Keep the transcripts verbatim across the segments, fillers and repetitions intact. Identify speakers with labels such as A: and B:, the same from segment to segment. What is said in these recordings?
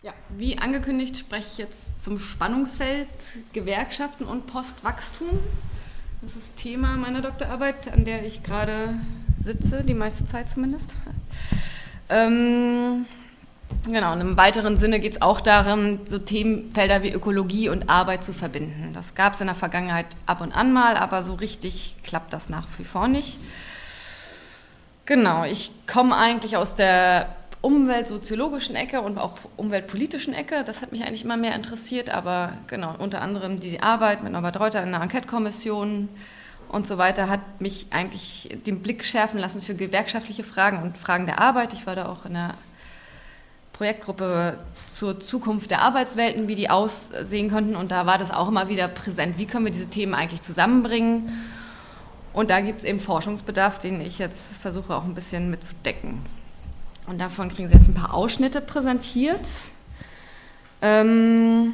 A: Ja, wie angekündigt spreche ich jetzt zum Spannungsfeld Gewerkschaften und Postwachstum. Das ist Thema meiner Doktorarbeit, an der ich gerade sitze, die meiste Zeit zumindest. Ähm, genau, und im weiteren Sinne geht es auch darum, so Themenfelder wie Ökologie und Arbeit zu verbinden. Das gab es in der Vergangenheit ab und an mal, aber so richtig klappt das nach wie vor nicht. Genau, ich komme eigentlich aus der umweltsoziologischen Ecke und auch umweltpolitischen Ecke. Das hat mich eigentlich immer mehr interessiert, aber genau, unter anderem die Arbeit mit Norbert Reuter in der Enquete-Kommission und so weiter hat mich eigentlich den Blick schärfen lassen für gewerkschaftliche Fragen und Fragen der Arbeit. Ich war da auch in der Projektgruppe zur Zukunft der Arbeitswelten, wie die aussehen könnten, und da war das auch immer wieder präsent. Wie können wir diese Themen eigentlich zusammenbringen? Und da gibt es eben Forschungsbedarf, den ich jetzt versuche auch ein bisschen mitzudecken. Und davon kriegen Sie jetzt ein paar Ausschnitte präsentiert. Ähm,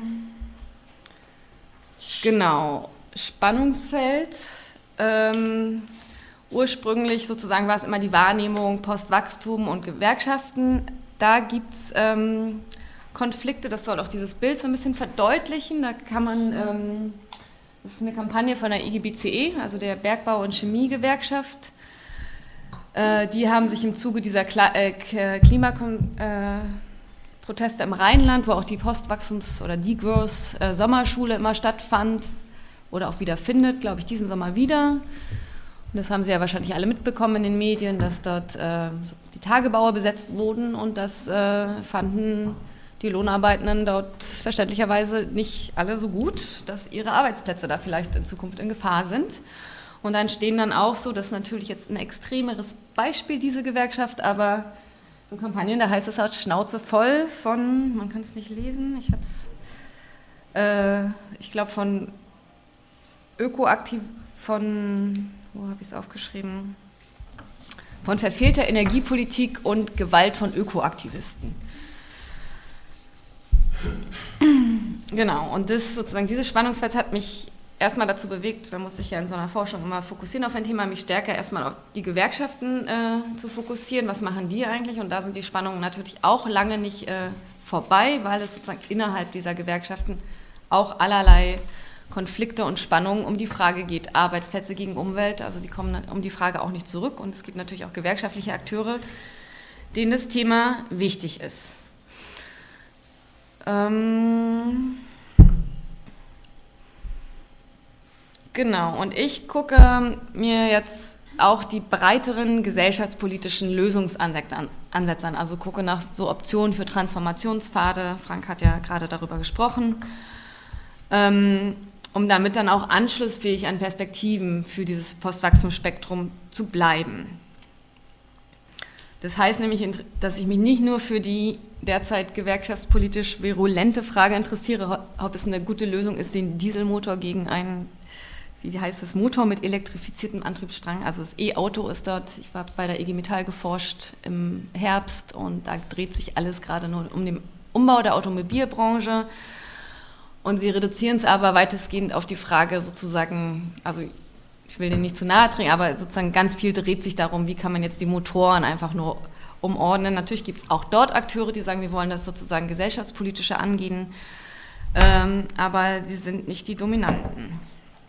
A: genau, Spannungsfeld. Ähm, ursprünglich sozusagen war es immer die Wahrnehmung Postwachstum und Gewerkschaften. Da gibt es ähm, Konflikte, das soll auch dieses Bild so ein bisschen verdeutlichen. Da kann man, ähm, das ist eine Kampagne von der I G B C E, also der Bergbau- und Chemiegewerkschaft. Die haben sich im Zuge dieser Klimaproteste im Rheinland, wo auch die Postwachstums- oder Degrowth-Sommerschule immer stattfand oder auch wieder findet, glaube ich, diesen Sommer wieder. Und das haben Sie ja wahrscheinlich alle mitbekommen in den Medien, dass dort äh, die Tagebaue besetzt wurden, und das äh, fanden die Lohnarbeitenden dort verständlicherweise nicht alle so gut, dass ihre Arbeitsplätze da vielleicht in Zukunft in Gefahr sind. Und dann stehen dann auch so, das ist natürlich jetzt ein extremeres Beispiel, diese Gewerkschaft, aber in Kampagnen, da heißt es halt Schnauze voll von, man kann es nicht lesen, ich habe es, äh, ich glaube von Ökoaktiv, von, wo habe ich es aufgeschrieben, von verfehlter Energiepolitik und Gewalt von Ökoaktivisten. Genau, und das sozusagen, dieses Spannungsfeld hat mich erstmal dazu bewegt, man muss sich ja in so einer Forschung immer fokussieren auf ein Thema, mich stärker erstmal auf die Gewerkschaften äh, zu fokussieren, was machen die eigentlich, und da sind die Spannungen natürlich auch lange nicht äh, vorbei, weil es sozusagen innerhalb dieser Gewerkschaften auch allerlei Konflikte und Spannungen um die Frage geht, Arbeitsplätze gegen Umwelt, also die kommen um die Frage auch nicht zurück, und es gibt natürlich auch gewerkschaftliche Akteure, denen das Thema wichtig ist. Ähm... Genau, und ich gucke mir jetzt auch die breiteren gesellschaftspolitischen Lösungsansätze an, also gucke nach so Optionen für Transformationspfade, Frank hat ja gerade darüber gesprochen, ähm, um damit dann auch anschlussfähig an Perspektiven für dieses Postwachstumsspektrum zu bleiben. Das heißt nämlich, dass ich mich nicht nur für die derzeit gewerkschaftspolitisch virulente Frage interessiere, ob es eine gute Lösung ist, den Dieselmotor gegen einen, wie heißt das, Motor mit elektrifiziertem Antriebsstrang, also das E-Auto ist dort, ich war bei der I G Metall geforscht im Herbst, und da dreht sich alles gerade nur um den Umbau der Automobilbranche, und sie reduzieren es aber weitestgehend auf die Frage sozusagen, also ich will denen nicht zu nahe treten, aber sozusagen ganz viel dreht sich darum, wie kann man jetzt die Motoren einfach nur umordnen. Natürlich gibt es auch dort Akteure, die sagen, wir wollen das sozusagen gesellschaftspolitische angehen, ähm, aber sie sind nicht die Dominanten.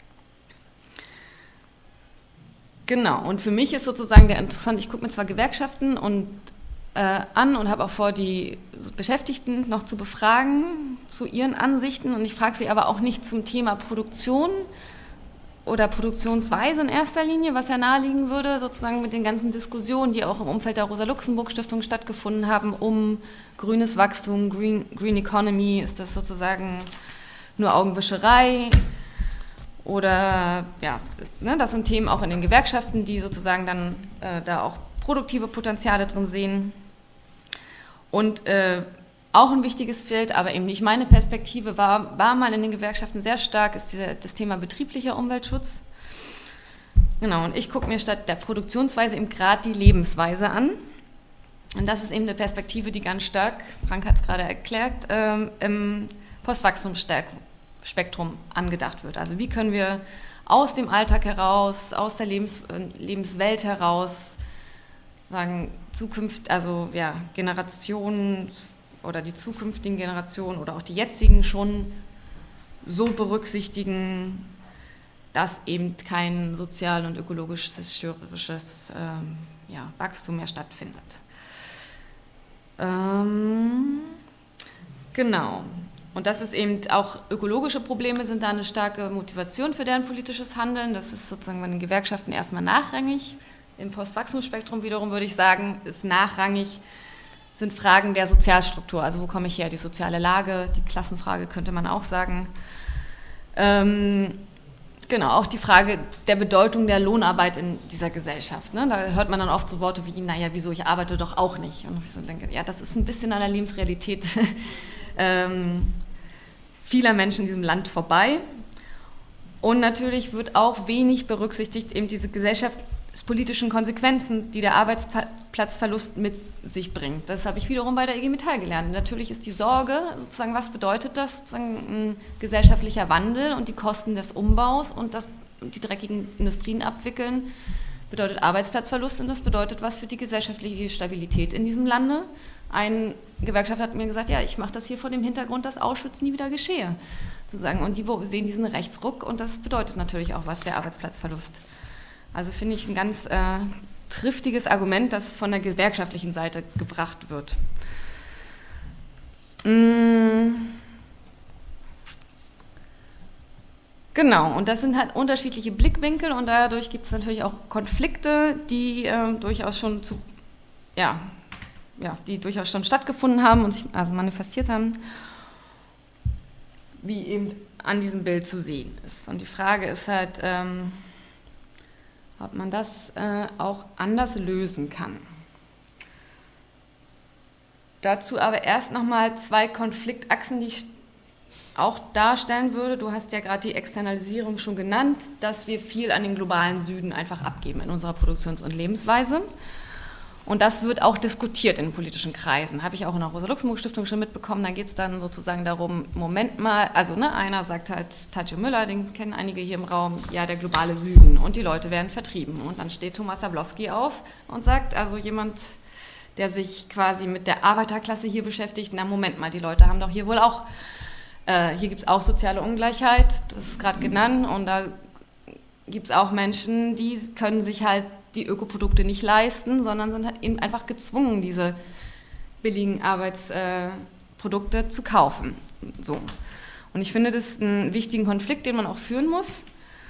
A: Genau, und für mich ist sozusagen der interessant, ich gucke mir zwar Gewerkschaften und, äh, an und habe auch vor, die Beschäftigten noch zu befragen zu ihren Ansichten, und ich frage sie aber auch nicht zum Thema Produktion oder Produktionsweise in erster Linie, was ja naheliegen würde, sozusagen mit den ganzen Diskussionen, die auch im Umfeld der Rosa-Luxemburg-Stiftung stattgefunden haben, um grünes Wachstum, Green, Green Economy, ist das sozusagen nur Augenwischerei? Oder, ja, ne, das sind Themen auch in den Gewerkschaften, die sozusagen dann äh, da auch produktive Potenziale drin sehen. Und äh, auch ein wichtiges Feld, aber eben nicht meine Perspektive, war, war mal in den Gewerkschaften sehr stark, ist diese, das Thema betrieblicher Umweltschutz. Genau, und ich gucke mir statt der Produktionsweise eben gerade die Lebensweise an. Und das ist eben eine Perspektive, die ganz stark, Frank hat es gerade erklärt, ähm, im Postwachstumsspektrum Spektrum angedacht wird. Also wie können wir aus dem Alltag heraus, aus der Lebens, Lebenswelt heraus, sagen, Zukunft, also ja, Generationen oder die zukünftigen Generationen oder auch die jetzigen schon so berücksichtigen, dass eben kein sozial und ökologisch zerstörerisches ähm, ja, Wachstum mehr stattfindet. Ähm, genau. Und das ist eben auch ökologische Probleme sind da eine starke Motivation für deren politisches Handeln. Das ist sozusagen bei den Gewerkschaften erstmal nachrangig. Im Postwachstumsspektrum wiederum würde ich sagen, ist nachrangig sind Fragen der Sozialstruktur. Also wo komme ich her? Die soziale Lage, die Klassenfrage könnte man auch sagen. Ähm, genau, auch die Frage der Bedeutung der Lohnarbeit in dieser Gesellschaft. Ne? Da hört man dann oft so Worte wie, naja, wieso, ich arbeite doch auch nicht. Und ich so denke, ja, das ist ein bisschen an der Lebensrealität ähm, vieler Menschen in diesem Land vorbei. Und natürlich wird auch wenig berücksichtigt, eben diese gesellschaftspolitischen Konsequenzen, die der Arbeitsplatzverlust mit sich bringt. Das habe ich wiederum bei der I G Metall gelernt. Natürlich ist die Sorge, sozusagen, was bedeutet das, sozusagen ein gesellschaftlicher Wandel und die Kosten des Umbaus und das, die dreckigen Industrien abwickeln, bedeutet Arbeitsplatzverlust und das bedeutet was für die gesellschaftliche Stabilität in diesem Lande. Ein Gewerkschaftler hat mir gesagt, ja, ich mache das hier vor dem Hintergrund, dass Auschwitz nie wieder geschehe. Sozusagen. Und die sehen diesen Rechtsruck und das bedeutet natürlich auch was, der Arbeitsplatzverlust. Also finde ich ein ganz äh, triftiges Argument, das von der gewerkschaftlichen Seite gebracht wird. Mmh. Genau, und das sind halt unterschiedliche Blickwinkel und dadurch gibt es natürlich auch Konflikte, die äh, durchaus schon zu, ja, ja, die durchaus schon stattgefunden haben und sich also manifestiert haben, wie eben an diesem Bild zu sehen ist. Und die Frage ist halt, ähm, ob man das äh, auch anders lösen kann. Dazu aber erst nochmal zwei Konfliktachsen, die ich auch darstellen würde. Du hast ja gerade die Externalisierung schon genannt, dass wir viel an den globalen Süden einfach abgeben in unserer Produktions- und Lebensweise. Und das wird auch diskutiert in politischen Kreisen. Habe ich auch in der Rosa-Luxemburg-Stiftung schon mitbekommen. Da geht es dann sozusagen darum, Moment mal, also ne, einer sagt halt, Tadjo Müller, den kennen einige hier im Raum, ja, der globale Süden und die Leute werden vertrieben. Und dann steht Thomas Sablowski auf und sagt, also jemand, der sich quasi mit der Arbeiterklasse hier beschäftigt, na Moment mal, die Leute haben doch hier wohl auch, äh, hier gibt es auch soziale Ungleichheit, das ist gerade genannt, und da gibt es auch Menschen, die können sich halt die Ökoprodukte nicht leisten, sondern sind halt eben einfach gezwungen, diese billigen Arbeitsprodukte äh, zu kaufen. So. Und ich finde, das ist ein wichtigen Konflikt, den man auch führen muss.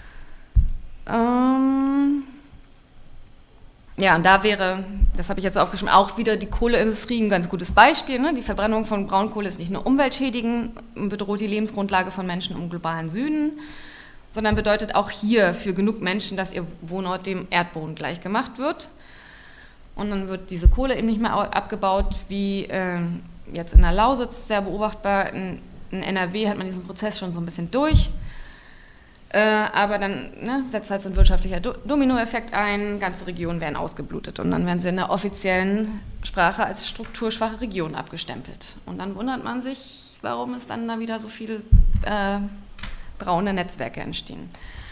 A: Ähm ja, und da wäre, das habe ich jetzt so aufgeschrieben, auch wieder die Kohleindustrie ein ganz gutes Beispiel. Ne? Die Verbrennung von Braunkohle ist nicht nur umweltschädigend und bedroht die Lebensgrundlage von Menschen im globalen Süden, sondern bedeutet auch hier für genug Menschen, dass ihr Wohnort dem Erdboden gleich gemacht wird. Und dann wird diese Kohle eben nicht mehr abgebaut, wie äh, jetzt in der Lausitz sehr beobachtbar. In, in N R W hat man diesen Prozess schon so ein bisschen durch. Äh, aber dann ne, setzt halt so ein wirtschaftlicher Do- Dominoeffekt ein, ganze Regionen werden ausgeblutet und dann werden sie in der offiziellen Sprache als strukturschwache Region abgestempelt. Und dann wundert man sich, warum es dann da wieder so viel äh, braune Netzwerke entstehen.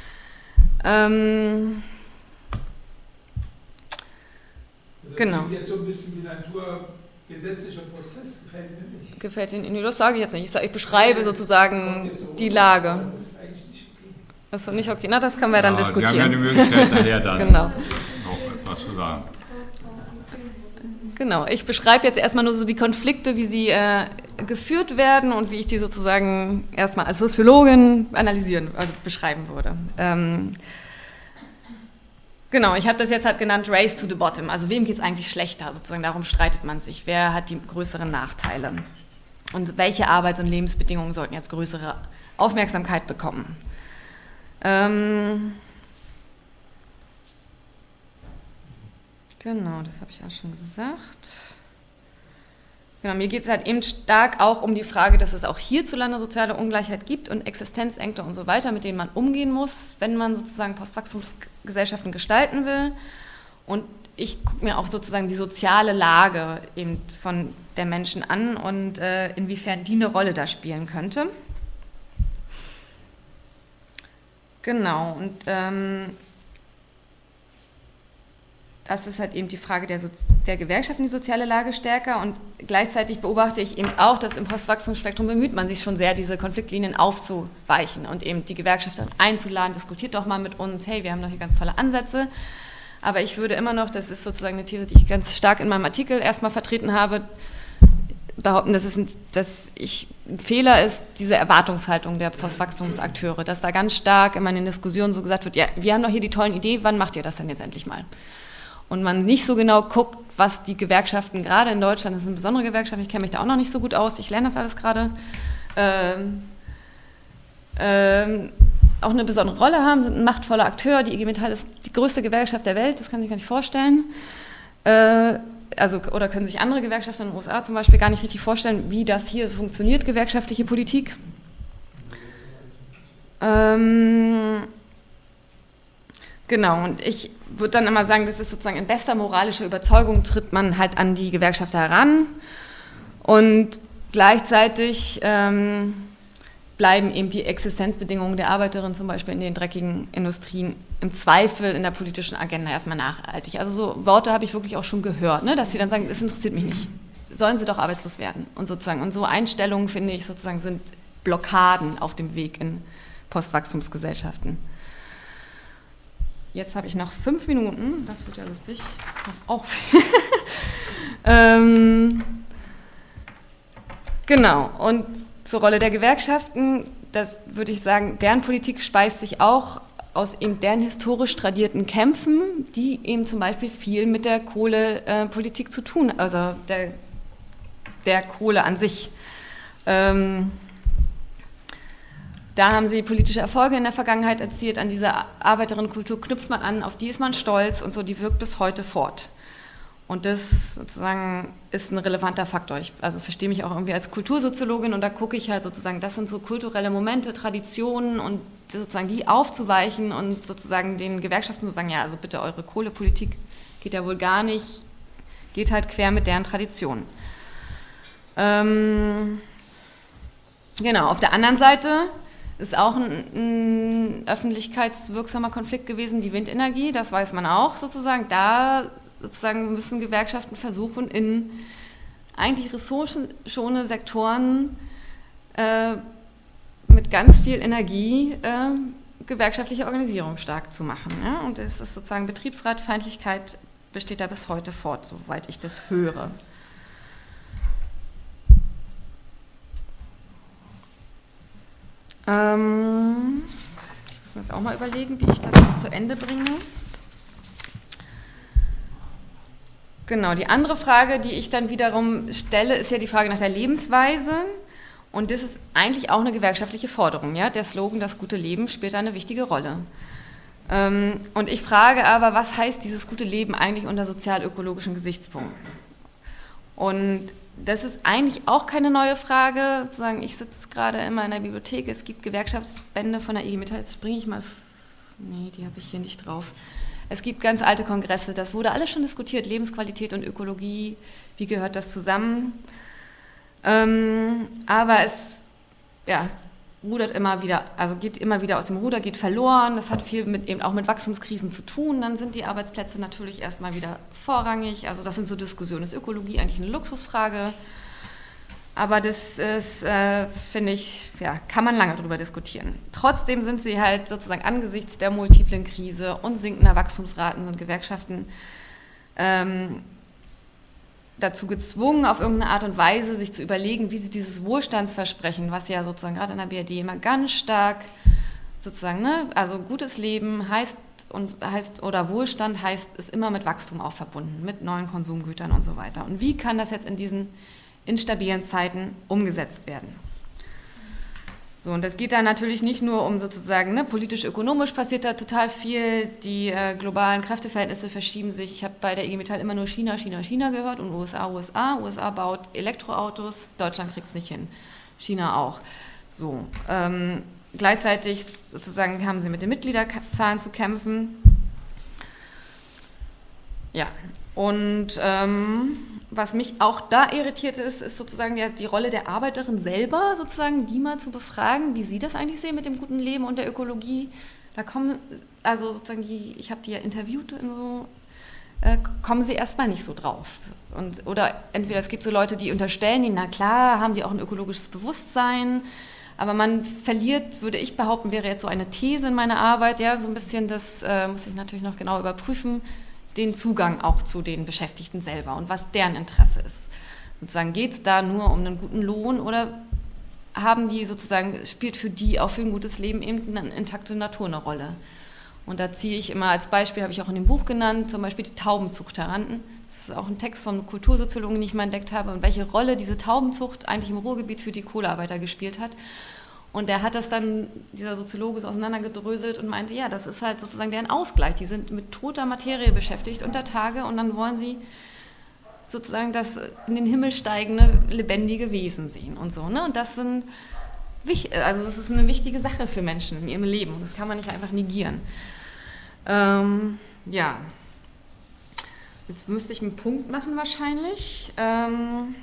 A: Ähm,
B: das
A: genau.
B: klingt jetzt so ein bisschen wie ein naturgesetzlicher Prozess, gefällt mir nicht.
A: Gefällt Ihnen? Das sage ich jetzt nicht. Ich, sage, ich beschreibe ja, sozusagen so die Lage. Das ist eigentlich nicht okay. Das ist nicht okay. Na, das können wir dann ja, diskutieren.
C: Wir haben ja die Möglichkeit, nachher dann
A: genau.
C: noch etwas zu sagen.
A: Genau, ich beschreibe jetzt erstmal nur so die Konflikte, wie sie äh, geführt werden und wie ich die sozusagen erstmal als Soziologin analysieren, also beschreiben würde. Ähm, genau, ich habe das jetzt halt genannt Race to the Bottom, also wem geht es eigentlich schlechter, sozusagen darum streitet man sich, wer hat die größeren Nachteile und welche Arbeits- und Lebensbedingungen sollten jetzt größere Aufmerksamkeit bekommen. Ähm, Genau, das habe ich auch schon gesagt. Genau, mir geht es halt eben stark auch um die Frage, dass es auch hierzulande soziale Ungleichheit gibt und Existenzängste und so weiter, mit denen man umgehen muss, wenn man sozusagen Postwachstumsgesellschaften gestalten will. Und ich gucke mir auch sozusagen die soziale Lage eben von der Menschen an und äh, inwiefern die eine Rolle da spielen könnte. Genau, und ähm, das ist halt eben die Frage der, so der Gewerkschaften, die soziale Lage stärker. Und gleichzeitig beobachte ich eben auch, dass im Postwachstumsspektrum bemüht man sich schon sehr, diese Konfliktlinien aufzuweichen und eben die Gewerkschaft dann einzuladen, diskutiert doch mal mit uns, hey, wir haben doch hier ganz tolle Ansätze. Aber ich würde immer noch, das ist sozusagen eine These, die ich ganz stark in meinem Artikel erstmal vertreten habe, behaupten, dass es ein, dass ich, ein Fehler ist, diese Erwartungshaltung der Postwachstumsakteure, dass da ganz stark immer in den Diskussionen so gesagt wird, ja, wir haben doch hier die tollen Ideen, wann macht ihr das denn jetzt endlich mal? Und man nicht so genau guckt, was die Gewerkschaften, gerade in Deutschland, das ist eine besondere Gewerkschaft, ich kenne mich da auch noch nicht so gut aus, ich lerne das alles gerade, ähm, ähm, auch eine besondere Rolle haben, sind ein machtvoller Akteur, die I G Metall ist die größte Gewerkschaft der Welt, das kann sich gar nicht vorstellen, äh, also, oder können sich andere Gewerkschaften in den U S A zum Beispiel gar nicht richtig vorstellen, wie das hier funktioniert, gewerkschaftliche Politik. Ähm, genau, und ich würde dann immer sagen, das ist sozusagen in bester moralischer Überzeugung, tritt man halt an die Gewerkschafter heran und gleichzeitig ähm, bleiben eben die Existenzbedingungen der Arbeiterinnen zum Beispiel in den dreckigen Industrien im Zweifel in der politischen Agenda erstmal nachhaltig. Also so Worte habe ich wirklich auch schon gehört, ne, dass sie dann sagen, das interessiert mich nicht, sollen sie doch arbeitslos werden. Und sozusagen, und so Einstellungen, finde ich, sozusagen sind Blockaden auf dem Weg in Postwachstumsgesellschaften. Jetzt habe ich noch fünf Minuten, das wird ja lustig, auch viel. ähm, genau, und zur Rolle der Gewerkschaften, das würde ich sagen, deren Politik speist sich auch aus eben deren historisch tradierten Kämpfen, die eben zum Beispiel viel mit der Kohlepolitik äh, zu tun, also der, der Kohle an sich. Ähm, da haben sie politische Erfolge in der Vergangenheit erzielt, an dieser Arbeiterinnenkultur knüpft man an, auf die ist man stolz und so, die wirkt bis heute fort. Und das sozusagen ist ein relevanter Faktor. Ich also verstehe mich auch irgendwie als Kultursoziologin und da gucke ich halt sozusagen, das sind so kulturelle Momente, Traditionen und sozusagen die aufzuweichen und sozusagen den Gewerkschaften zu sagen, ja, also bitte eure Kohlepolitik geht ja wohl gar nicht, geht halt quer mit deren Traditionen. Ähm, genau, auf der anderen Seite ist auch ein, ein öffentlichkeitswirksamer Konflikt gewesen, die Windenergie, das weiß man auch sozusagen, da sozusagen müssen Gewerkschaften versuchen, in eigentlich ressourcenschonende Sektoren äh, mit ganz viel Energie äh, gewerkschaftliche Organisierung stark zu machen. Ja? Und es ist sozusagen Betriebsratfeindlichkeit besteht da bis heute fort, soweit ich das höre. Ähm, ich muss mir jetzt auch mal überlegen, wie ich das jetzt zu Ende bringe. Genau, die andere Frage, die ich dann wiederum stelle, ist ja die Frage nach der Lebensweise. Und das ist eigentlich auch eine gewerkschaftliche Forderung. Ja? Der Slogan, das gute Leben, spielt da eine wichtige Rolle. Ähm, und ich frage aber, was heißt dieses gute Leben eigentlich unter sozial-ökologischen Gesichtspunkten? Und das ist eigentlich auch keine neue Frage. Sozusagen, ich sitze gerade immer in der Bibliothek, es gibt Gewerkschaftsbände von der I G Metall, jetzt springe ich mal, nee, die habe ich hier nicht drauf. Es gibt ganz alte Kongresse, das wurde alles schon diskutiert, Lebensqualität und Ökologie, wie gehört das zusammen? Ähm, aber es ja, rudert immer wieder, also geht immer wieder aus dem Ruder, geht verloren, das hat viel mit, eben auch mit Wachstumskrisen zu tun, dann sind die Arbeitsplätze natürlich erstmal wieder vorrangig, also das sind so Diskussionen, ist Ökologie eigentlich eine Luxusfrage? Aber das ist, äh, finde ich, ja, kann man lange drüber diskutieren. Trotzdem sind sie halt sozusagen angesichts der multiplen Krise und sinkender Wachstumsraten sind Gewerkschaften ähm, dazu gezwungen, auf irgendeine Art und Weise sich zu überlegen, wie sie dieses Wohlstandsversprechen, was ja sozusagen gerade in der B R D immer ganz stark sozusagen, ne, also gutes Leben heißt und heißt oder Wohlstand heißt, ist immer mit Wachstum auch verbunden, mit neuen Konsumgütern und so weiter. Und wie kann das jetzt in diesen instabilen Zeiten umgesetzt werden. So, und das geht dann natürlich nicht nur um sozusagen, ne, politisch-ökonomisch passiert da total viel, die äh, globalen Kräfteverhältnisse verschieben sich. Ich habe bei der I G Metall immer nur China, China, China gehört und U S A, U S A. U S A baut Elektroautos, Deutschland kriegt es nicht hin, China auch. So, ähm, gleichzeitig sozusagen haben sie mit den Mitgliederzahlen zu kämpfen. Ja, und ähm, was mich auch da irritiert ist, ist sozusagen die, die Rolle der Arbeiterin selber, sozusagen, die mal zu befragen, wie sie das eigentlich sehen mit dem guten Leben und der Ökologie. Da kommen, also sozusagen, die, ich habe die ja interviewt in so äh, kommen sie erstmal nicht so drauf. Und, oder entweder es gibt so Leute, die unterstellen, die, na klar, haben die auch ein ökologisches Bewusstsein, aber man verliert, würde ich behaupten, wäre jetzt so eine These in meiner Arbeit, ja, so ein bisschen, das äh, muss ich natürlich noch genau überprüfen, den Zugang auch zu den Beschäftigten selber und was deren Interesse ist. Sozusagen geht es da nur um einen guten Lohn oder haben die sozusagen, spielt für die auch für ein gutes Leben eben eine intakte Natur eine Rolle. Und da ziehe ich immer als Beispiel, habe ich auch in dem Buch genannt, zum Beispiel die Taubenzucht heran. Das ist auch ein Text von Kultursoziologen, den ich mal entdeckt habe, und welche Rolle diese Taubenzucht eigentlich im Ruhrgebiet für die Kohlearbeiter gespielt hat. Und der hat das dann, dieser Soziologe, so auseinandergedröselt und meinte, ja, das ist halt sozusagen deren Ausgleich. Die sind mit toter Materie beschäftigt unter Tage und dann wollen sie sozusagen das in den Himmel steigende, lebendige Wesen sehen und so. Ne? Und das sind, also das ist eine wichtige Sache für Menschen in ihrem Leben und das kann man nicht einfach negieren. Ähm, ja. Jetzt müsste ich einen Punkt machen wahrscheinlich. Ähm,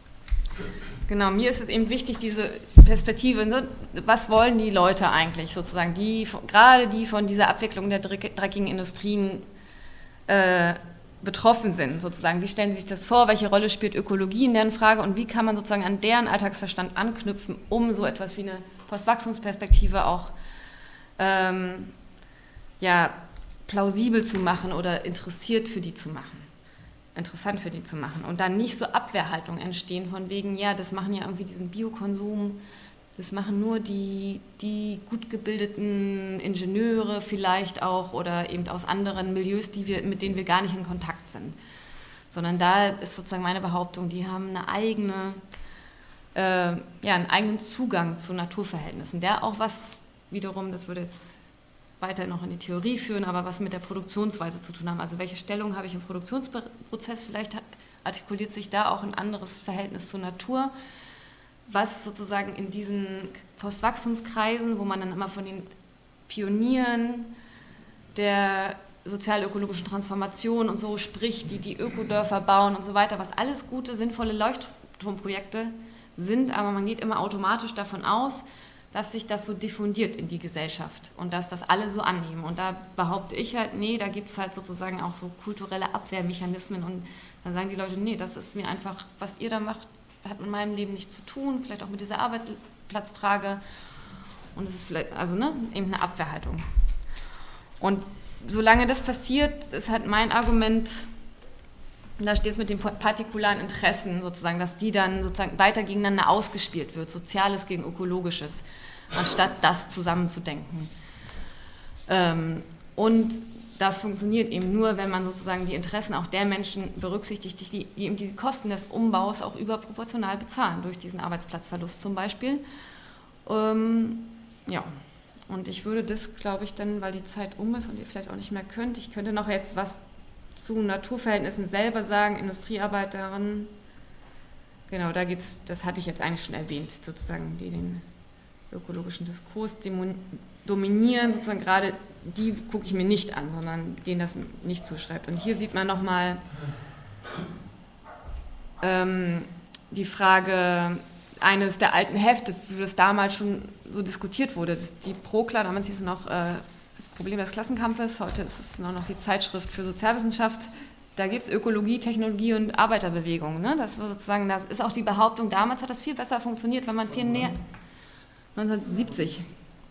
A: genau, mir ist es eben wichtig, diese Perspektive, ne? Was wollen die Leute eigentlich sozusagen, die, gerade die von dieser Abwicklung der dreckigen Industrien äh, betroffen sind sozusagen. Wie stellen Sie sich das vor, welche Rolle spielt Ökologie in deren Frage und wie kann man sozusagen an deren Alltagsverstand anknüpfen, um so etwas wie eine Postwachstumsperspektive auch ähm, ja, plausibel zu machen oder interessiert für die zu machen, interessant für die zu machen und dann nicht so Abwehrhaltungen entstehen von wegen, ja, das machen ja irgendwie diesen Biokonsum, das machen nur die, die gut gebildeten Ingenieure vielleicht auch oder eben aus anderen Milieus, die wir, mit denen wir gar nicht in Kontakt sind, sondern da ist sozusagen meine Behauptung, die haben eine eigene, äh, ja, einen eigenen Zugang zu Naturverhältnissen, der auch was wiederum, das würde jetzt weiter noch in die Theorie führen, aber was mit der Produktionsweise zu tun haben. Also welche Stellung habe ich im Produktionsprozess? Vielleicht artikuliert sich da auch ein anderes Verhältnis zur Natur, was sozusagen in diesen Postwachstumskreisen, wo man dann immer von den Pionieren der sozial-ökologischen Transformation und so spricht, die die Ökodörfer bauen und so weiter, was alles gute, sinnvolle Leuchtturmprojekte sind, aber man geht immer automatisch davon aus, dass sich das so diffundiert in die Gesellschaft und dass das alle so annehmen. Und da behaupte ich halt, nee, da gibt es halt sozusagen auch so kulturelle Abwehrmechanismen und dann sagen die Leute, nee, das ist mir einfach, was ihr da macht, hat mit meinem Leben nichts zu tun, vielleicht auch mit dieser Arbeitsplatzfrage und es ist vielleicht, also ne, eben eine Abwehrhaltung. Und solange das passiert, ist halt mein Argument, da steht es mit den partikularen Interessen sozusagen, dass die dann sozusagen weiter gegeneinander ausgespielt wird, Soziales gegen Ökologisches, anstatt das zusammenzudenken. Ähm, und das funktioniert eben nur, wenn man sozusagen die Interessen auch der Menschen berücksichtigt, die, die eben die Kosten des Umbaus auch überproportional bezahlen, durch diesen Arbeitsplatzverlust zum Beispiel. Ähm, ja, und ich würde das, glaube ich, dann, weil die Zeit um ist und ihr vielleicht auch nicht mehr könnt, ich könnte noch jetzt was zu Naturverhältnissen selber sagen, Industriearbeiterin, genau, da geht's, das hatte ich jetzt eigentlich schon erwähnt, sozusagen, die den ökologischen Diskurs dominieren, sozusagen gerade die gucke ich mir nicht an, sondern denen das nicht zuschreibt. Und hier sieht man nochmal ähm, die Frage eines der alten Hefte, wie das damals schon so diskutiert wurde, das die Prokla, damals hieß es noch äh, Problem des Klassenkampfes, heute ist es nur noch die Zeitschrift für Sozialwissenschaft, da gibt es Ökologie, Technologie und Arbeiterbewegung. Ne? Das war sozusagen, das ist auch die Behauptung, damals hat das viel besser funktioniert, wenn man viel näher, neunzehnhundertsiebzig.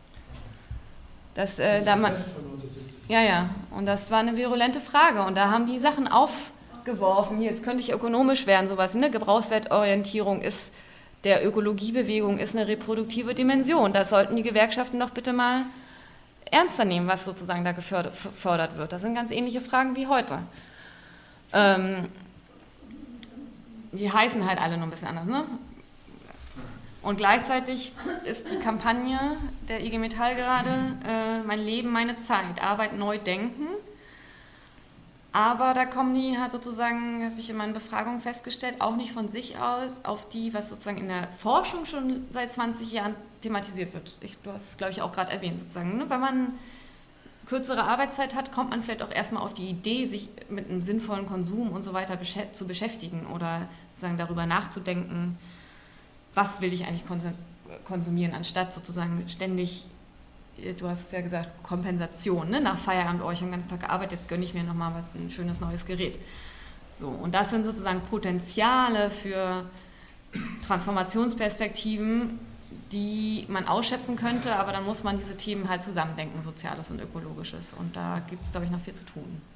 A: Das, äh, da man, ja, ja, und das war eine virulente Frage und da haben die Sachen aufgeworfen, jetzt könnte ich ökonomisch werden, sowas, ne? Gebrauchswertorientierung ist der Ökologiebewegung ist eine reproduktive Dimension, das sollten die Gewerkschaften doch bitte mal ernster nehmen, was sozusagen da gefördert wird. Das sind ganz ähnliche Fragen wie heute. Ähm, die heißen halt alle nur ein bisschen anders, ne? Und gleichzeitig ist die Kampagne der I G Metall gerade äh, mein Leben, meine Zeit, Arbeit neu denken. Aber da kommen die halt sozusagen, das habe ich in meinen Befragungen festgestellt, auch nicht von sich aus auf die, was sozusagen in der Forschung schon seit zwanzig Jahren thematisiert wird. Ich, du hast es, glaube ich, auch gerade erwähnt, sozusagen. Ne? Wenn man kürzere Arbeitszeit hat, kommt man vielleicht auch erstmal auf die Idee, sich mit einem sinnvollen Konsum und so weiter besch- zu beschäftigen oder sozusagen darüber nachzudenken, was will ich eigentlich konsum- konsumieren, anstatt sozusagen ständig du hast es ja gesagt, Kompensation, ne? Nach Feierabend, oh, ich habe den ganzen Tag gearbeitet, jetzt gönne ich mir nochmal was, ein schönes neues Gerät. So, und das sind sozusagen Potenziale für Transformationsperspektiven, die man ausschöpfen könnte, aber dann muss man diese Themen halt zusammendenken, Soziales und Ökologisches. Und da gibt es, glaube ich, noch viel zu tun.